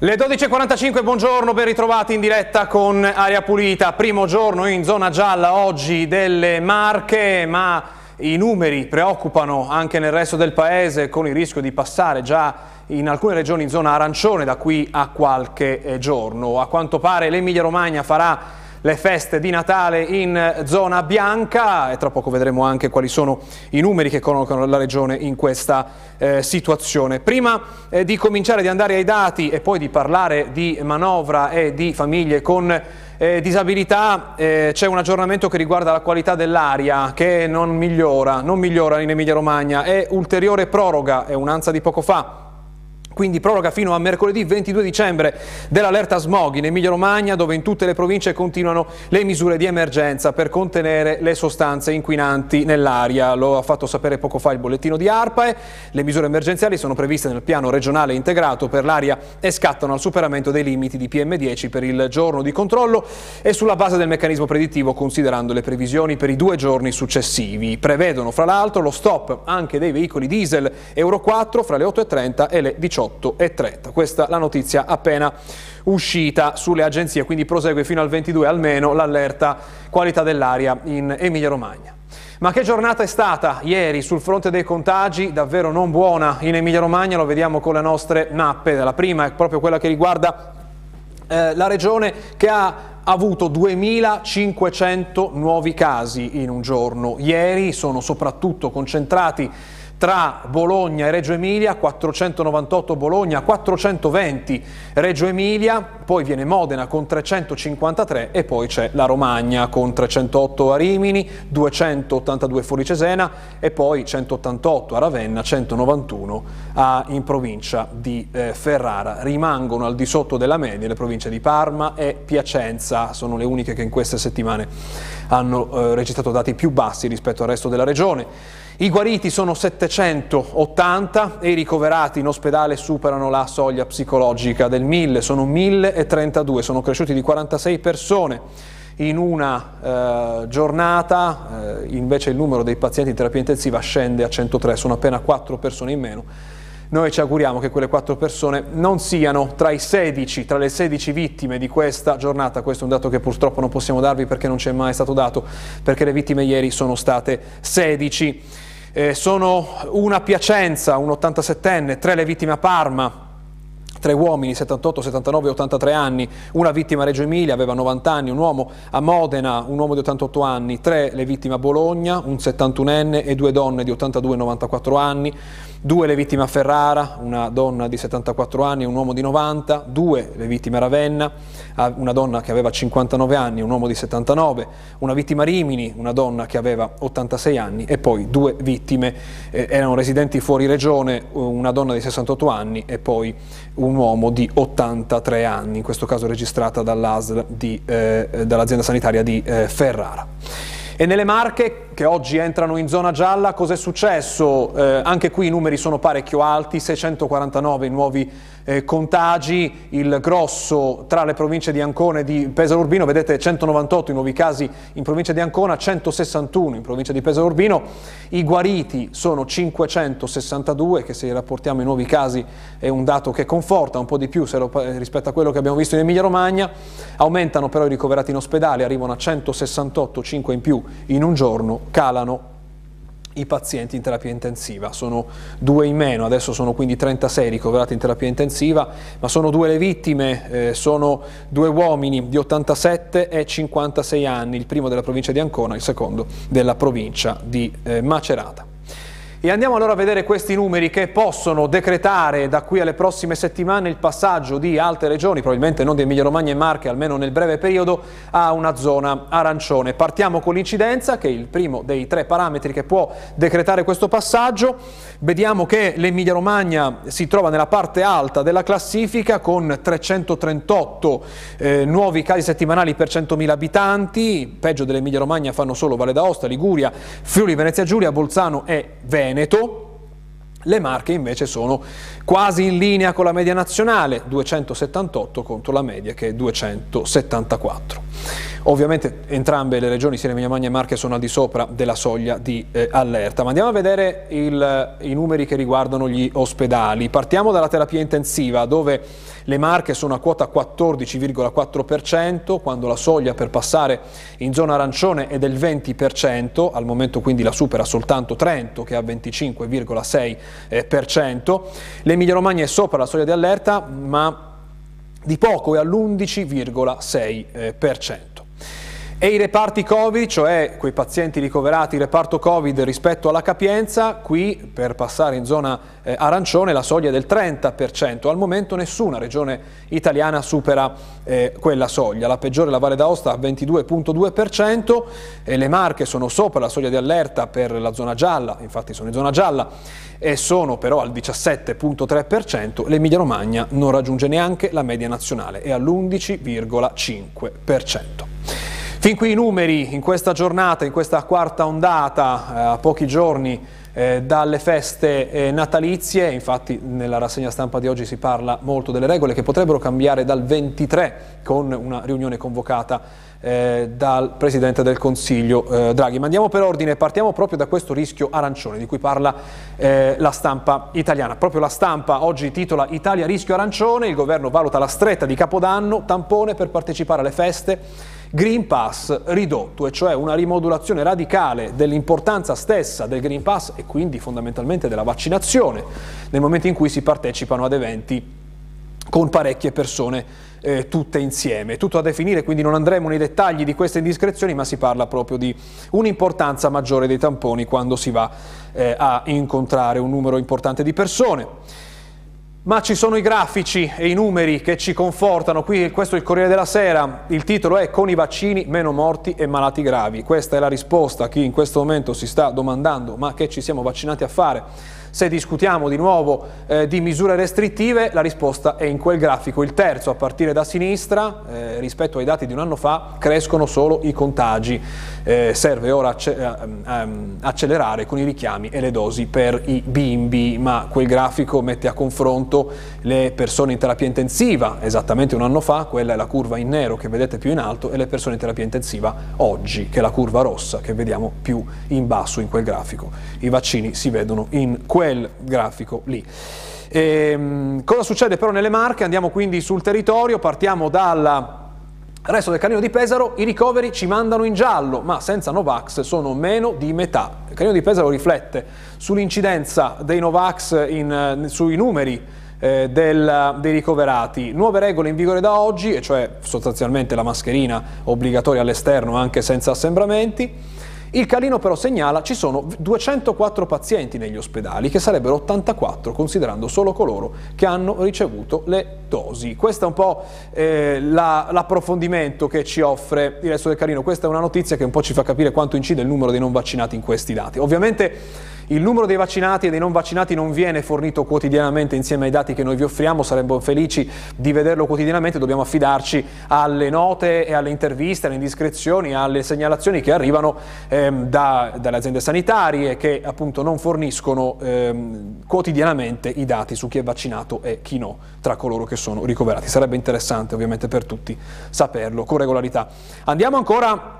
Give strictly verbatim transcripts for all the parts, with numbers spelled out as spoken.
Le dodici e quarantacinque, buongiorno, ben ritrovati in diretta con Aria Pulita. Primo giorno in zona gialla oggi delle Marche, ma i numeri preoccupano anche nel resto del paese, con il rischio di passare già in alcune regioni in zona arancione da qui a qualche giorno. A quanto pare l'Emilia Romagna farà le feste di Natale in zona bianca e tra poco vedremo anche quali sono i numeri che collocano la regione in questa eh, situazione. Prima eh, di cominciare di andare ai dati e poi di parlare di manovra e di famiglie con eh, disabilità, eh, c'è un aggiornamento che riguarda la qualità dell'aria che non migliora, non migliora in Emilia Romagna, è ulteriore proroga, è un'ansa di poco fa. Quindi proroga fino a mercoledì ventidue dicembre dell'allerta smog in Emilia Romagna, dove in tutte le province continuano le misure di emergenza per contenere le sostanze inquinanti nell'aria. Lo ha fatto sapere poco fa il bollettino di ARPAE. Le misure emergenziali sono previste nel piano regionale integrato per l'aria e scattano al superamento dei limiti di P M dieci per il giorno di controllo e sulla base del meccanismo predittivo, considerando le previsioni per i due giorni successivi. Prevedono fra l'altro lo stop anche dei veicoli diesel Euro quattro fra le otto e trenta e le diciotto e trenta. Questa la notizia appena uscita sulle agenzie, quindi prosegue fino al ventidue almeno l'allerta qualità dell'aria in Emilia Romagna. Ma che giornata è stata ieri sul fronte dei contagi? Davvero non buona in Emilia Romagna, lo vediamo con le nostre mappe. La prima è proprio quella che riguarda eh, la regione, che ha avuto duemilacinquecento nuovi casi in un giorno. Ieri sono soprattutto concentrati tra Bologna e Reggio Emilia, quattrocentonovantotto Bologna, quattrocentoventi Reggio Emilia, poi viene Modena con trecentocinquantatré e poi c'è la Romagna con trecentootto a Rimini, duecentottantadue fuori Cesena e poi centottantotto a Ravenna, centonovantuno a, in provincia di eh, Ferrara. Rimangono al di sotto della media le province di Parma e Piacenza, sono le uniche che in queste settimane hanno eh, registrato dati più bassi rispetto al resto della regione. I guariti sono settecentottanta e i ricoverati in ospedale superano la soglia psicologica del mille, sono mille trentadue, sono cresciuti di quarantasei persone in una eh, giornata, eh, invece il numero dei pazienti in terapia intensiva scende a centotré, sono appena quattro persone in meno. Noi ci auguriamo che quelle quattro persone non siano tra i sedici, tra le sedici vittime di questa giornata. Questo è un dato che purtroppo non possiamo darvi perché non ci è mai stato dato, perché le vittime ieri sono state sedici. Eh, sono una a Piacenza, un ottantasettenne, tre le vittime a Parma, tre uomini, settantotto, settantanove e ottantatré anni, una vittima a Reggio Emilia, aveva novanta anni, un uomo a Modena, un uomo di ottantotto anni, tre le vittime a Bologna, un settantunenne e due donne di ottantadue e novantaquattro anni, due le vittime a Ferrara, una donna di settantaquattro anni e un uomo di novanta, due le vittime a Ravenna, una donna che aveva cinquantanove anni e un uomo di settantanove, una vittima a Rimini, una donna che aveva ottantasei anni e poi due vittime eh, erano residenti fuori regione, una donna di sessantotto anni e poi un uomo di ottantatré anni, in questo caso registrata dall'A S L di, eh, dall'azienda sanitaria di eh, Ferrara. E nelle Marche, che oggi entrano in zona gialla, cos'è successo? Eh, anche qui i numeri sono parecchio alti, seicentoquarantanove nuovi eh, contagi, il grosso tra le province di Ancona e di Pesaro Urbino, vedete centonovantotto i nuovi casi in provincia di Ancona, centosessantuno in provincia di Pesaro Urbino, i guariti sono cinquecentosessantadue, che se rapportiamo i nuovi casi è un dato che conforta un po' di più se lo, rispetto a quello che abbiamo visto in Emilia Romagna. Aumentano però i ricoverati in ospedale, arrivano a centosessantotto, cinque in più in un giorno, calano i pazienti in terapia intensiva, sono due in meno, adesso sono quindi trentasei ricoverati in terapia intensiva, ma sono due le vittime, eh, sono due uomini di ottantasette e cinquantasei anni, il primo della provincia di Ancona, il secondo della provincia di eh, Macerata. E andiamo allora a vedere questi numeri che possono decretare da qui alle prossime settimane il passaggio di altre regioni, probabilmente non di Emilia Romagna e Marche, almeno nel breve periodo, a una zona arancione. Partiamo con l'incidenza, che è il primo dei tre parametri che può decretare questo passaggio. Vediamo che l'Emilia Romagna si trova nella parte alta della classifica con trecentotrentotto eh, nuovi casi settimanali per centomila abitanti, peggio dell'Emilia Romagna fanno solo Valle d'Aosta, Liguria, Friuli Venezia Giulia, Bolzano e Veneto. Le Marche invece sono quasi in linea con la media nazionale, duecentosettantotto contro la media che è duecentosettantaquattro. Ovviamente entrambe le regioni, sia Emilia Romagna e Marche, sono al di sopra della soglia di eh, allerta. Ma andiamo a vedere il, i numeri che riguardano gli ospedali. Partiamo dalla terapia intensiva, dove le Marche sono a quota quattordici virgola quattro per cento, quando la soglia per passare in zona arancione è del venti per cento, al momento quindi la supera soltanto Trento che ha venticinque virgola sei per cento. L'Emilia Romagna è sopra la soglia di allerta, ma di poco, è all'undici virgola sei per cento. E i reparti Covid, cioè quei pazienti ricoverati in reparto Covid rispetto alla capienza, qui per passare in zona eh, arancione la soglia è del trenta per cento. Al momento nessuna regione italiana supera eh, quella soglia. La peggiore è la Valle d'Aosta a ventidue virgola due per cento, e le Marche sono sopra la soglia di allerta per la zona gialla, infatti sono in zona gialla, e sono però al diciassette virgola tre per cento. L'Emilia Romagna non raggiunge neanche la media nazionale, è all'undici virgola cinque per cento. Fin qui i numeri in questa giornata, in questa quarta ondata, eh, a pochi giorni eh, dalle feste eh, natalizie. Infatti nella rassegna stampa di oggi si parla molto delle regole che potrebbero cambiare dal ventitré, con una riunione convocata eh, dal Presidente del Consiglio eh, Draghi. Ma andiamo per ordine, partiamo proprio da questo rischio arancione di cui parla eh, la stampa italiana. Proprio la stampa oggi titola Italia rischio arancione, il governo valuta la stretta di Capodanno, tampone per partecipare alle feste, Green Pass ridotto, e cioè una rimodulazione radicale dell'importanza stessa del Green Pass e quindi fondamentalmente della vaccinazione nel momento in cui si partecipano ad eventi con parecchie persone eh, tutte insieme. Tutto a definire, quindi non andremo nei dettagli di queste indiscrezioni, ma si parla proprio di un'importanza maggiore dei tamponi quando si va eh, a incontrare un numero importante di persone. Ma ci sono i grafici e i numeri che ci confortano. Qui questo è il Corriere della Sera, il titolo è "Con i vaccini meno morti e malati gravi". Questa è la risposta a chi in questo momento si sta domandando ma che ci siamo vaccinati a fare se discutiamo di nuovo eh, di misure restrittive. La risposta è in quel grafico, il terzo a partire da sinistra. Eh, rispetto ai dati di un anno fa crescono solo i contagi, eh, serve ora acce ehm, accelerare con i richiami e le dosi per i bimbi, ma quel grafico mette a confronto le persone in terapia intensiva esattamente un anno fa, quella è la curva in nero che vedete più in alto, e le persone in terapia intensiva oggi, che è la curva rossa che vediamo più in basso in quel grafico. I vaccini si vedono in quel grafico lì. E, cosa succede però nelle Marche? Andiamo quindi sul territorio, partiamo dal resto del Canino di Pesaro. I ricoveri ci mandano in giallo, ma senza Novax sono meno di metà. Il Canino di Pesaro riflette sull'incidenza dei Novax in, sui numeri eh, del, dei ricoverati. Nuove regole in vigore da oggi, e cioè sostanzialmente la mascherina obbligatoria all'esterno anche senza assembramenti. Il Carlino però segnala ci sono duecentoquattro pazienti negli ospedali, che sarebbero ottantaquattro considerando solo coloro che hanno ricevuto le dosi. Questo è un po' eh, l'approfondimento che ci offre il resto del Carlino. Questa è una notizia che un po' ci fa capire quanto incide il numero dei non vaccinati in questi dati. Ovviamente il numero dei vaccinati e dei non vaccinati non viene fornito quotidianamente insieme ai dati che noi vi offriamo, saremmo felici di vederlo quotidianamente, dobbiamo affidarci alle note e alle interviste, alle indiscrezioni, alle segnalazioni che arrivano ehm, da, dalle aziende sanitarie, che appunto non forniscono ehm, quotidianamente i dati su chi è vaccinato e chi no tra coloro che sono ricoverati. Sarebbe interessante ovviamente per tutti saperlo con regolarità. Andiamo ancora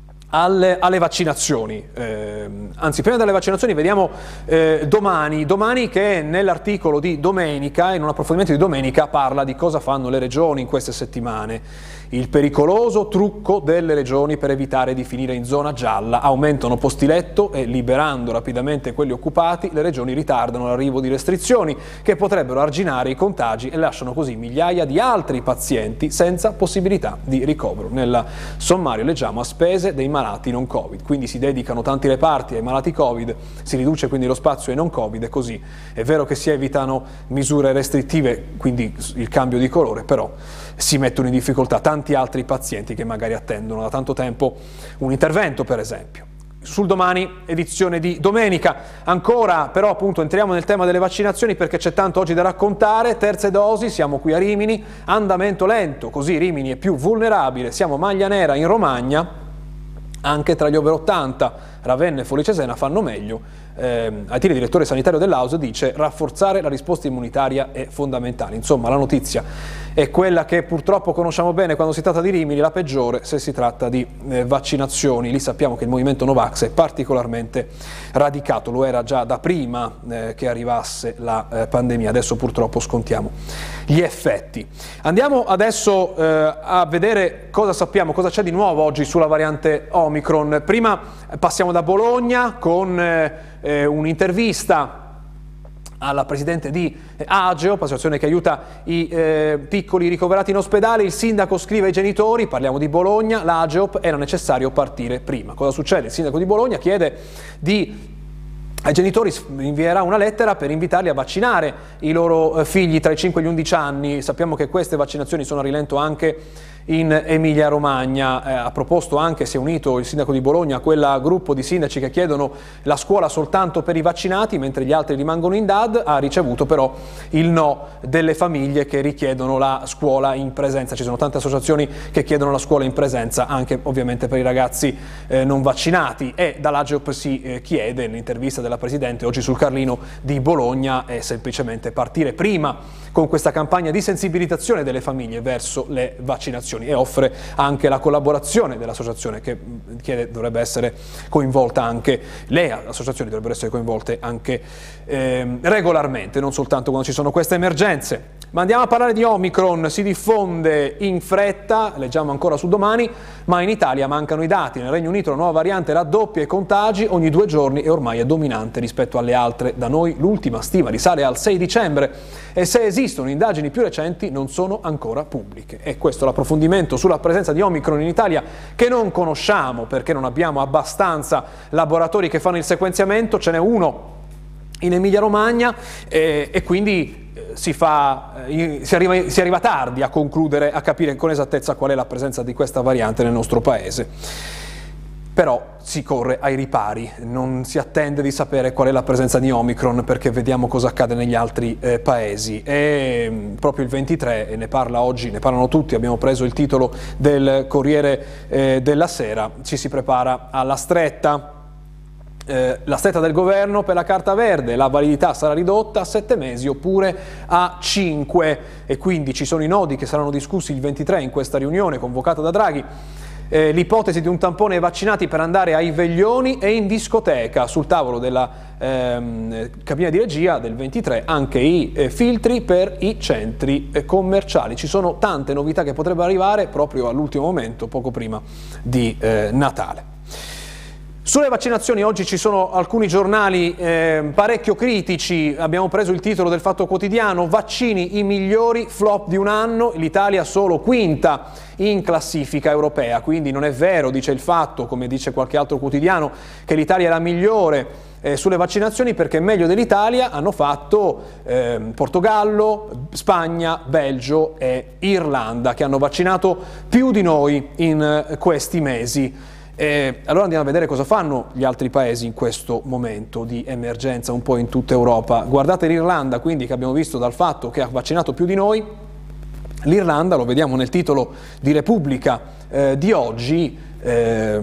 Alle, alle vaccinazioni, eh, anzi prima delle vaccinazioni vediamo eh, domani, domani che nell'articolo di domenica, in un approfondimento di domenica, parla di cosa fanno le regioni in queste settimane. Il pericoloso trucco delle regioni per evitare di finire in zona gialla: aumentano posti letto e, liberando rapidamente quelli occupati, le regioni ritardano l'arrivo di restrizioni che potrebbero arginare i contagi e lasciano così migliaia di altri pazienti senza possibilità di ricovero. Nel sommario leggiamo: a spese dei malati non Covid, quindi si dedicano tanti reparti ai malati Covid, si riduce quindi lo spazio ai non Covid, e così è vero che si evitano misure restrittive, quindi il cambio di colore, però si mettono in difficoltà tanti altri pazienti che magari attendono da tanto tempo un intervento, per esempio. Sul Domani, edizione di domenica, ancora però appunto entriamo nel tema delle vaccinazioni perché c'è tanto oggi da raccontare. Terze dosi, siamo qui a Rimini, andamento lento, così Rimini è più vulnerabile, siamo maglia nera in Romagna. Anche tra gli over ottanta, Ravenna e Forlì-Cesena fanno meglio. Eh, Aitiri, direttore sanitario dell'A U S, dice: rafforzare la risposta immunitaria è fondamentale. Insomma, la notizia è quella che purtroppo conosciamo bene quando si tratta di Rimini, la peggiore se si tratta di eh, vaccinazioni. Lì sappiamo che il movimento Novax è particolarmente radicato, lo era già da prima eh, che arrivasse la eh, pandemia, adesso purtroppo scontiamo gli effetti. Andiamo adesso eh, a vedere cosa sappiamo, cosa c'è di nuovo oggi sulla variante Omicron. Prima passiamo da Bologna con eh, eh, un'intervista alla presidente di Ageop, associazione che aiuta i eh, piccoli ricoverati in ospedale. Il sindaco scrive ai genitori, parliamo di Bologna, l'Ageop era necessario partire prima. Cosa succede? Il sindaco di Bologna chiede di ai genitori, invierà una lettera per invitarli a vaccinare i loro figli tra i cinque e gli undici anni. Sappiamo che queste vaccinazioni sono a rilento anche in Emilia Romagna. Eh, ha proposto anche, si è unito il sindaco di Bologna a quel gruppo di sindaci che chiedono la scuola soltanto per i vaccinati, mentre gli altri rimangono in D A D. Ha ricevuto però il no delle famiglie che richiedono la scuola in presenza. Ci sono tante associazioni che chiedono la scuola in presenza, anche ovviamente per i ragazzi eh, non vaccinati, e dall'Ageop si eh, chiede, nell'intervista della Presidente oggi sul Carlino di Bologna, è semplicemente partire prima con questa campagna di sensibilizzazione delle famiglie verso le vaccinazioni, e offre anche la collaborazione dell'associazione che chiede, dovrebbe essere coinvolta anche, le associazioni dovrebbero essere coinvolte anche eh, regolarmente, non soltanto quando ci sono queste emergenze. Ma andiamo a parlare di Omicron. Si diffonde in fretta, leggiamo ancora su Domani, ma in Italia mancano i dati. Nel Regno Unito la nuova variante raddoppia i contagi ogni due giorni e ormai è dominante rispetto alle altre. Da noi l'ultima stima risale al sei dicembre e se esistono indagini più recenti non sono ancora pubbliche. E questo è l'approfondimento sulla presenza di Omicron in Italia, che non conosciamo perché non abbiamo abbastanza laboratori che fanno il sequenziamento. Ce n'è uno in Emilia Romagna eh, e quindi Si, fa, si, arriva, si arriva tardi a concludere, a capire con esattezza qual è la presenza di questa variante nel nostro paese. Però si corre ai ripari, non si attende di sapere qual è la presenza di Omicron perché vediamo cosa accade negli altri eh, paesi. E proprio il ventitré, e ne parla oggi, ne parlano tutti, abbiamo preso il titolo del Corriere eh, della Sera, ci si prepara alla stretta. Eh, la stretta del governo per la carta verde, la validità sarà ridotta a sette mesi oppure a cinque, e quindi ci sono i nodi che saranno discussi il ventitré in questa riunione convocata da Draghi. Eh, l'ipotesi di un tampone ai vaccinati per andare ai veglioni e in discoteca. Sul tavolo della ehm, cabina di regia del ventitré anche i eh, filtri per i centri eh, commerciali. Ci sono tante novità che potrebbero arrivare proprio all'ultimo momento, poco prima di eh, Natale. Sulle vaccinazioni oggi ci sono alcuni giornali eh, parecchio critici. Abbiamo preso il titolo del Fatto Quotidiano: vaccini i migliori, flop di un anno, l'Italia solo quinta in classifica europea. Quindi non è vero, dice il Fatto, come dice qualche altro quotidiano, che l'Italia è la migliore eh, sulle vaccinazioni, perché meglio dell'Italia hanno fatto eh, Portogallo, Spagna, Belgio e Irlanda, che hanno vaccinato più di noi in eh, questi mesi. E allora andiamo a vedere cosa fanno gli altri paesi in questo momento di emergenza un po' in tutta Europa. Guardate l'Irlanda, quindi, che abbiamo visto dal Fatto che ha vaccinato più di noi. L'Irlanda, lo vediamo nel titolo di Repubblica eh, di oggi, eh,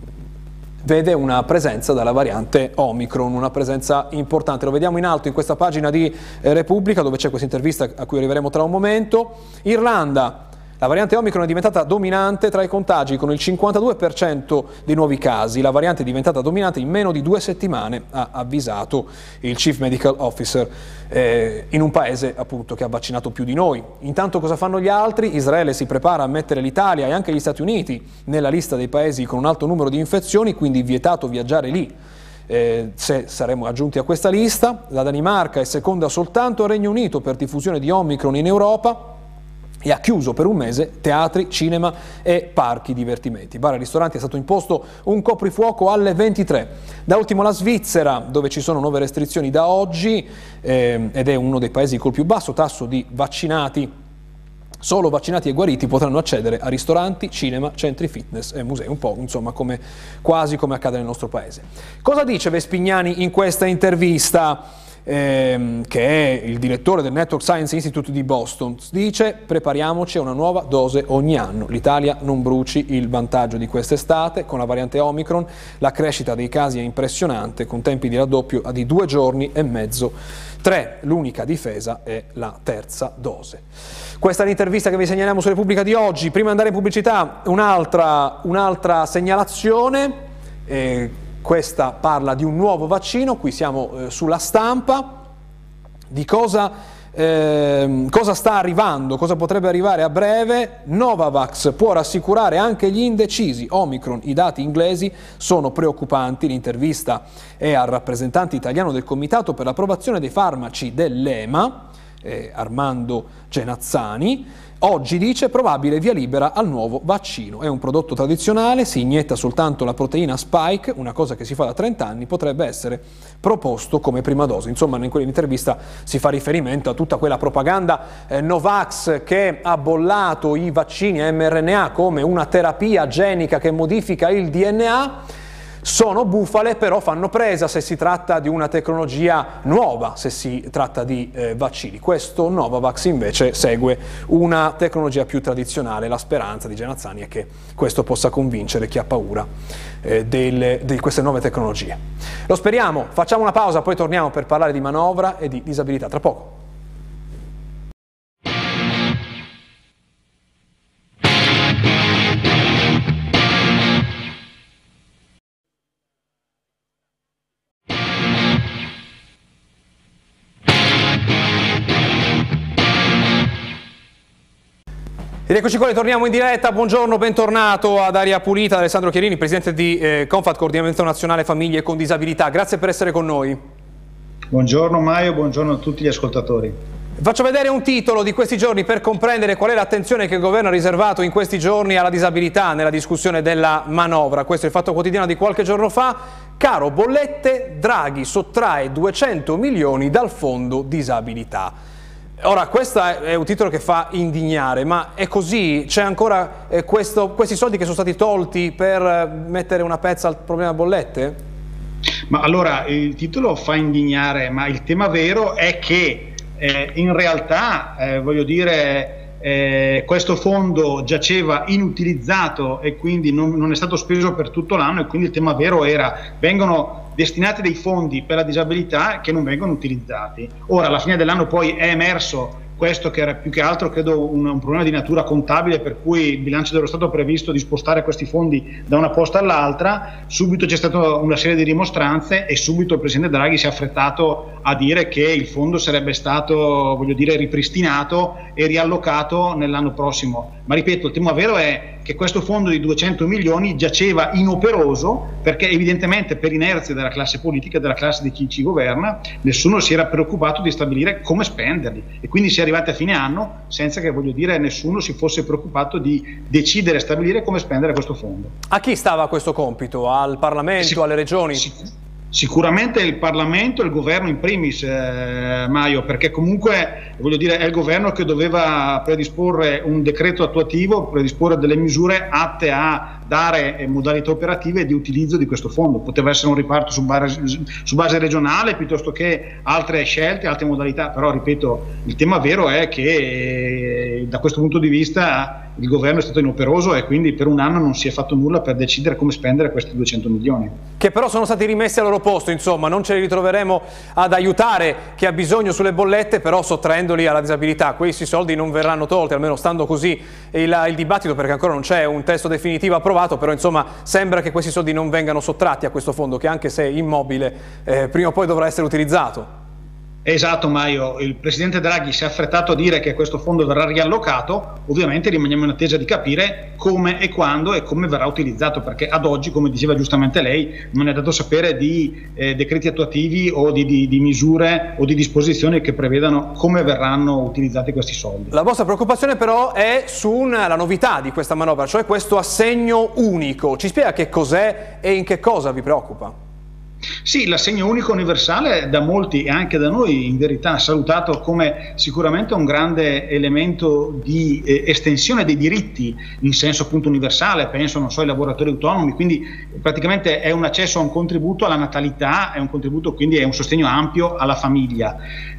vede una presenza dalla variante Omicron, una presenza importante. Lo vediamo in alto in questa pagina di eh, Repubblica, dove c'è questa intervista a cui arriveremo tra un momento. Irlanda. La variante Omicron è diventata dominante tra i contagi con il cinquantadue per cento dei nuovi casi. La variante è diventata dominante in meno di due settimane, ha avvisato il Chief Medical Officer eh, in un paese appunto che ha vaccinato più di noi. Intanto cosa fanno gli altri? Israele si prepara a mettere l'Italia e anche gli Stati Uniti nella lista dei paesi con un alto numero di infezioni, quindi vietato viaggiare lì. Eh, se saremo aggiunti a questa lista. La Danimarca è seconda soltanto al Regno Unito per diffusione di Omicron in Europa e ha chiuso per un mese teatri, cinema e parchi divertimenti. Bar e ristoranti è stato imposto un coprifuoco alle ventitré. Da ultimo la Svizzera, dove ci sono nuove restrizioni da oggi eh, ed è uno dei paesi col più basso tasso di vaccinati. Solo vaccinati e guariti potranno accedere a ristoranti, cinema, centri fitness e musei, un po' insomma come, quasi come accade nel nostro paese. Cosa dice Vespignani in questa intervista? ehm, che è il direttore del Network Science Institute di Boston, dice: prepariamoci a una nuova dose ogni anno, l'Italia non bruci il vantaggio di quest'estate. Con la variante Omicron la crescita dei casi è impressionante, con tempi di raddoppio di due giorni e mezzo, tre. L'unica difesa è la terza dose. Questa è l'intervista che vi segnaliamo su Repubblica di oggi. Prima di andare in pubblicità, un'altra un'altra segnalazione, eh, questa parla di un nuovo vaccino, qui siamo eh, sulla Stampa, di cosa, eh, cosa sta arrivando, cosa potrebbe arrivare a breve. Novavax può rassicurare anche gli indecisi, Omicron, i dati inglesi sono preoccupanti. L'intervista è al rappresentante italiano del Comitato per l'approvazione dei farmaci dell'E M A, Eh, Armando Genazzani. Oggi dice: probabile via libera al nuovo vaccino, è un prodotto tradizionale, si inietta soltanto la proteina spike, una cosa che si fa da trenta anni, potrebbe essere proposto come prima dose. Insomma, in quell'intervista si fa riferimento a tutta quella propaganda eh, Novax che ha bollato i vaccini a mRNA come una terapia genica che modifica il D N A. Sono bufale, però fanno presa se si tratta di una tecnologia nuova, se si tratta di eh, vaccini. Questo Novavax invece segue una tecnologia più tradizionale. La speranza di Genazzani è che questo possa convincere chi ha paura eh, delle, di queste nuove tecnologie. Lo speriamo. Facciamo una pausa, poi torniamo per parlare di manovra e di disabilità tra poco. Ed eccoci qua, torniamo in diretta. Buongiorno, bentornato ad Aria Pulita, Alessandro Chierini, presidente di eh, Confat, Coordinamento Nazionale Famiglie con Disabilità. Grazie per essere con noi. Buongiorno Maio, buongiorno a tutti gli ascoltatori. Faccio vedere un titolo di questi giorni per comprendere qual è l'attenzione che il governo ha riservato in questi giorni alla disabilità nella discussione della manovra. Questo è il Fatto Quotidiano di qualche giorno fa. Caro bollette, Draghi sottrae duecento milioni dal fondo disabilità. Ora, questo è un titolo che fa indignare, ma è così? C'è ancora eh, questo, questi soldi che sono stati tolti per eh, mettere una pezza al problema bollette? Ma allora, il titolo fa indignare, ma il tema vero è che eh, in realtà, eh, voglio dire, eh, questo fondo giaceva inutilizzato e quindi non, non è stato speso per tutto l'anno, e quindi il tema vero era: vengono destinati dei fondi per la disabilità che non vengono utilizzati. Ora, alla fine dell'anno poi è emerso questo, che era più che altro credo un, un problema di natura contabile, per cui il bilancio dello Stato ha previsto di spostare questi fondi da una posta all'altra. Subito c'è stata una serie di rimostranze e subito il Presidente Draghi si è affrettato a dire che il fondo sarebbe stato, voglio dire, ripristinato e riallocato nell'anno prossimo. Ma ripeto, il tema vero è che questo fondo di duecento milioni giaceva inoperoso, perché evidentemente per inerzia della classe politica, della classe di chi ci governa, nessuno si era preoccupato di stabilire come spenderli, e quindi si è arrivati a fine anno senza che, voglio dire, nessuno si fosse preoccupato di decidere e stabilire come spendere questo fondo. A chi stava questo compito? Al Parlamento, Sic- alle regioni? Sic- Sicuramente il Parlamento e il governo in primis, eh, Maio, perché comunque, voglio dire, è il governo che doveva predisporre un decreto attuativo, predisporre delle misure atte a dare modalità operative di utilizzo di questo fondo. Poteva essere un riparto su base, su base regionale piuttosto che altre scelte, altre modalità, però ripeto, il tema vero è che eh, da questo punto di vista il governo è stato inoperoso e quindi per un anno non si è fatto nulla per decidere come spendere questi duecento milioni. Che però sono stati rimessi al loro posto, insomma, non ce li ritroveremo ad aiutare chi ha bisogno sulle bollette, però sottraendoli alla disabilità. Questi soldi non verranno tolti, almeno stando così il, il dibattito, perché ancora non c'è un testo definitivo approvato, però insomma sembra che questi soldi non vengano sottratti a questo fondo, che anche se immobile eh, prima o poi dovrà essere utilizzato. Esatto Maio, il Presidente Draghi si è affrettato a dire che questo fondo verrà riallocato. Ovviamente rimaniamo in attesa di capire come e quando e come verrà utilizzato, perché ad oggi, come diceva giustamente lei, non è dato sapere di eh, decreti attuativi o di, di, di misure o di disposizioni che prevedano come verranno utilizzati questi soldi. La vostra preoccupazione però è sulla novità di questa manovra, cioè questo assegno unico. Ci spiega che cos'è e in che cosa vi preoccupa? Sì, l'assegno unico universale da molti e anche da noi in verità salutato come sicuramente un grande elemento di eh, estensione dei diritti in senso appunto universale, penso non so ai lavoratori autonomi, quindi praticamente è un accesso a un contributo alla natalità, è un contributo quindi è un sostegno ampio alla famiglia.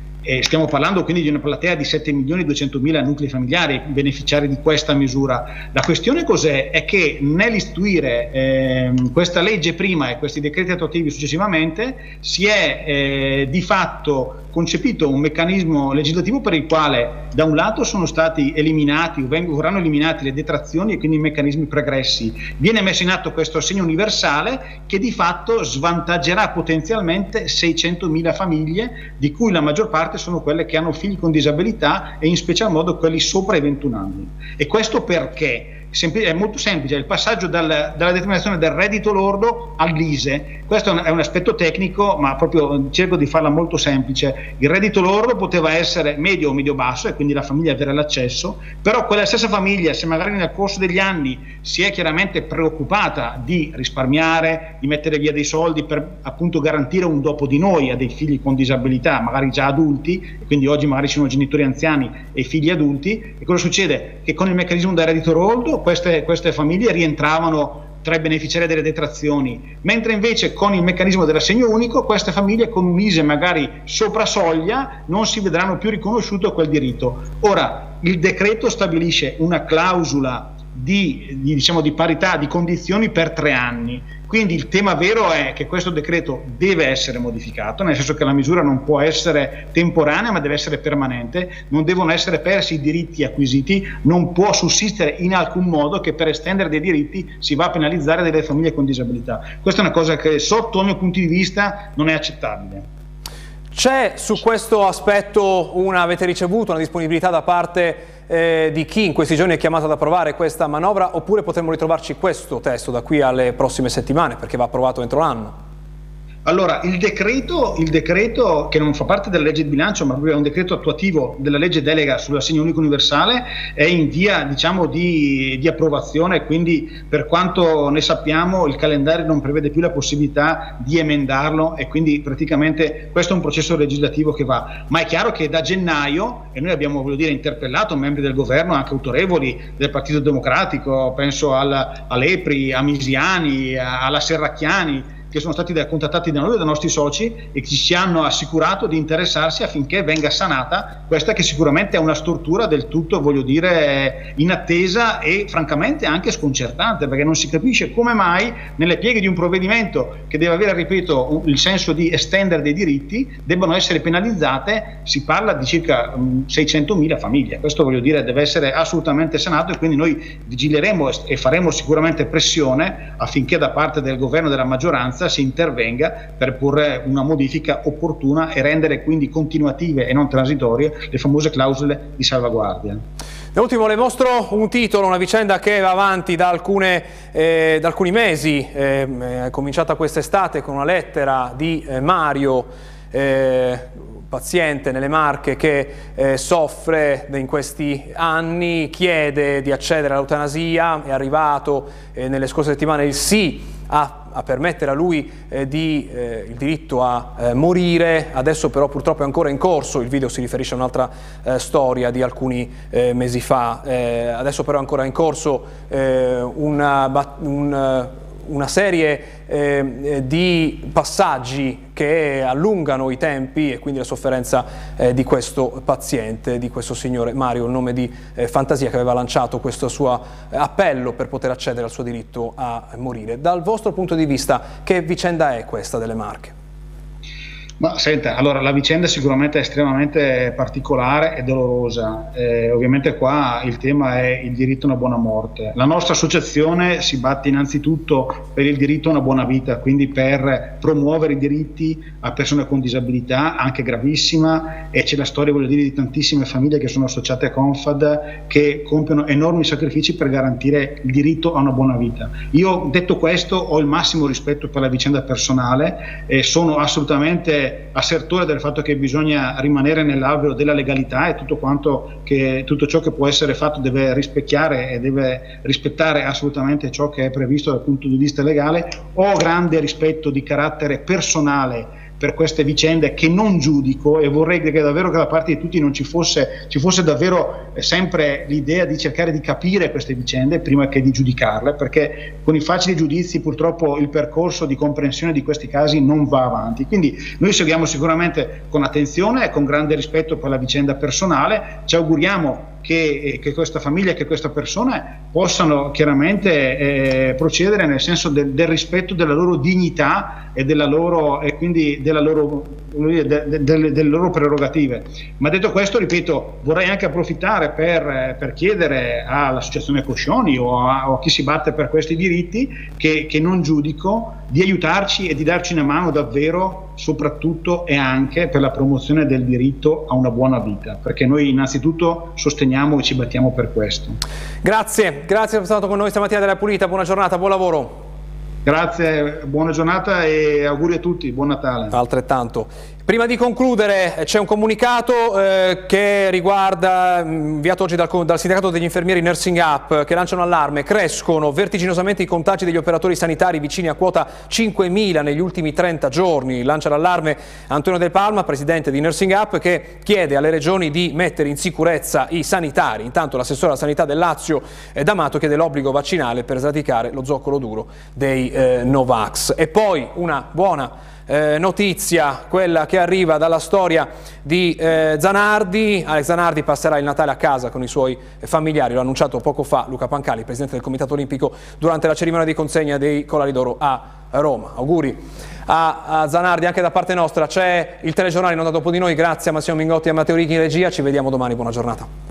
E stiamo parlando quindi di una platea di sette milioni duecentomila nuclei familiari beneficiari di questa misura. La questione cos'è? È che nell'istituire eh, questa legge prima e questi decreti attuativi successivamente si è eh, di fatto concepito un meccanismo legislativo per il quale da un lato sono stati eliminati o verranno eliminati le detrazioni e quindi i meccanismi pregressi. Viene messo in atto questo assegno universale che di fatto svantaggerà potenzialmente seicentomila famiglie, di cui la maggior parte sono quelle che hanno figli con disabilità e in special modo quelli sopra i ventuno anni. E questo perché? È molto semplice, il passaggio dal, dalla determinazione del reddito lordo all'I S E E. Questo è un, è un aspetto tecnico, ma proprio cerco di farla molto semplice. Il reddito lordo poteva essere medio o medio basso e quindi la famiglia avere l'accesso, però quella stessa famiglia, se magari nel corso degli anni si è chiaramente preoccupata di risparmiare, di mettere via dei soldi per appunto garantire un dopo di noi a dei figli con disabilità, magari già adulti, quindi oggi magari ci sono genitori anziani e figli adulti, e cosa succede? Che con il meccanismo del reddito lordo Queste, queste famiglie rientravano tra i beneficiari delle detrazioni, mentre invece con il meccanismo dell'assegno unico queste famiglie con un I S E E magari sopra soglia non si vedranno più riconosciuto quel diritto. Ora, il decreto stabilisce una clausola di, di, diciamo, di parità di condizioni per tre anni, quindi il tema vero è che questo decreto deve essere modificato, nel senso che la misura non può essere temporanea ma deve essere permanente, non devono essere persi i diritti acquisiti, non può sussistere in alcun modo che per estendere dei diritti si va a penalizzare delle famiglie con disabilità. Questa è una cosa che sotto ogni punto di vista non è accettabile. C'è su questo aspetto una, avete ricevuto una disponibilità da parte eh, di chi in questi giorni è chiamato ad approvare questa manovra, oppure potremmo ritrovarci questo testo da qui alle prossime settimane perché va approvato entro l'anno? Allora, il decreto, il decreto che non fa parte della legge di bilancio, ma proprio è un decreto attuativo della legge delega sull'assegno unico universale, è in via, diciamo, di, di approvazione, quindi per quanto ne sappiamo il calendario non prevede più la possibilità di emendarlo e quindi praticamente questo è un processo legislativo che va. Ma è chiaro che da gennaio, e noi abbiamo, voglio dire, interpellato membri del governo, anche autorevoli del Partito Democratico, penso al, a Lepri, a Misiani, a, alla Serracchiani, che sono stati contattati da noi e dai nostri soci e che ci hanno assicurato di interessarsi affinché venga sanata questa che sicuramente è una stortura del tutto, voglio dire, inattesa e francamente anche sconcertante, perché non si capisce come mai nelle pieghe di un provvedimento che deve avere, ripeto, il senso di estendere dei diritti, debbano essere penalizzate. Si parla di circa um, seicentomila famiglie. Questo, voglio dire, deve essere assolutamente sanato e quindi noi vigileremo e faremo sicuramente pressione affinché da parte del governo e della maggioranza si intervenga per porre una modifica opportuna e rendere quindi continuative e non transitorie le famose clausole di salvaguardia. Da ultimo le mostro un titolo, una vicenda che va avanti da, alcune, eh, da alcuni mesi, eh, è cominciata quest'estate con una lettera di eh, Mario, eh, paziente nelle Marche che eh, soffre in questi anni, chiede di accedere all'eutanasia, è arrivato eh, nelle scorse settimane il sì a a permettere a lui eh, di, eh, il diritto a eh, morire. Adesso però purtroppo è ancora in corso, il video si riferisce a un'altra eh, storia di alcuni eh, mesi fa, eh, adesso però è ancora in corso eh, una, un, una serie eh, di passaggi che allungano i tempi e quindi la sofferenza eh, di questo paziente, di questo signore Mario, il nome di eh, fantasia, che aveva lanciato questo suo eh, appello per poter accedere al suo diritto a morire. Dal vostro punto di vista, che vicenda è questa delle Marche? Ma senta, allora la vicenda sicuramente è estremamente particolare e dolorosa, eh, ovviamente qua il tema è il diritto a una buona morte. La nostra associazione si batte innanzitutto per il diritto a una buona vita, quindi per promuovere i diritti a persone con disabilità, anche gravissima, e c'è la storia, voglio dire, di tantissime famiglie che sono associate a Confad che compiono enormi sacrifici per garantire il diritto a una buona vita. Io, detto questo, ho il massimo rispetto per la vicenda personale e sono assolutamente assolutamente assertore del fatto che bisogna rimanere nell'alveo della legalità e tutto quanto che, tutto ciò che può essere fatto deve rispecchiare e deve rispettare assolutamente ciò che è previsto dal punto di vista legale. Ho grande rispetto di carattere personale per queste vicende che non giudico, e vorrei che davvero che da parte di tutti non ci fosse, ci fosse davvero sempre l'idea di cercare di capire queste vicende prima che di giudicarle, perché con i facili giudizi purtroppo il percorso di comprensione di questi casi non va avanti. Quindi noi seguiamo sicuramente con attenzione e con grande rispetto per la vicenda personale, ci auguriamo Che, che questa famiglia e che questa persona possano chiaramente eh, procedere nel senso del, del rispetto della loro dignità e della loro e quindi della loro, de, de, de, delle loro prerogative. Ma detto questo, ripeto, vorrei anche approfittare per, per chiedere all'associazione Coscioni o a, o a chi si batte per questi diritti, che, che non giudico, di aiutarci e di darci una mano davvero, soprattutto e anche per la promozione del diritto a una buona vita, perché noi innanzitutto sosteniamo e ci battiamo per questo. Grazie, grazie per essere stato con noi stamattina della Pulita, buona giornata, buon lavoro. Grazie, buona giornata e auguri a tutti, buon Natale. Altrettanto. Prima di concludere c'è un comunicato eh, che riguarda, inviato oggi dal, dal sindacato degli infermieri Nursing Up, che lanciano allarme: crescono vertiginosamente i contagi degli operatori sanitari vicini a quota cinquemila negli ultimi trenta giorni. Lancia l'allarme Antonio Del Palma, presidente di Nursing Up, che chiede alle regioni di mettere in sicurezza i sanitari. Intanto l'assessore alla sanità del Lazio eh, D'Amato chiede l'obbligo vaccinale per sradicare lo zoccolo duro dei eh, Novax. E poi una buona Eh, notizia, quella che arriva dalla storia di eh, Zanardi. Alex Zanardi passerà il Natale a casa con i suoi familiari, l'ha annunciato poco fa Luca Pancalli, presidente del Comitato Olimpico, durante la cerimonia di consegna dei Collari d'Oro a Roma. Auguri a, a Zanardi anche da parte nostra. C'è il telegiornale in onda dopo di noi, grazie a Massimo Mingotti e a Matteo Righi in regia, ci vediamo domani, buona giornata.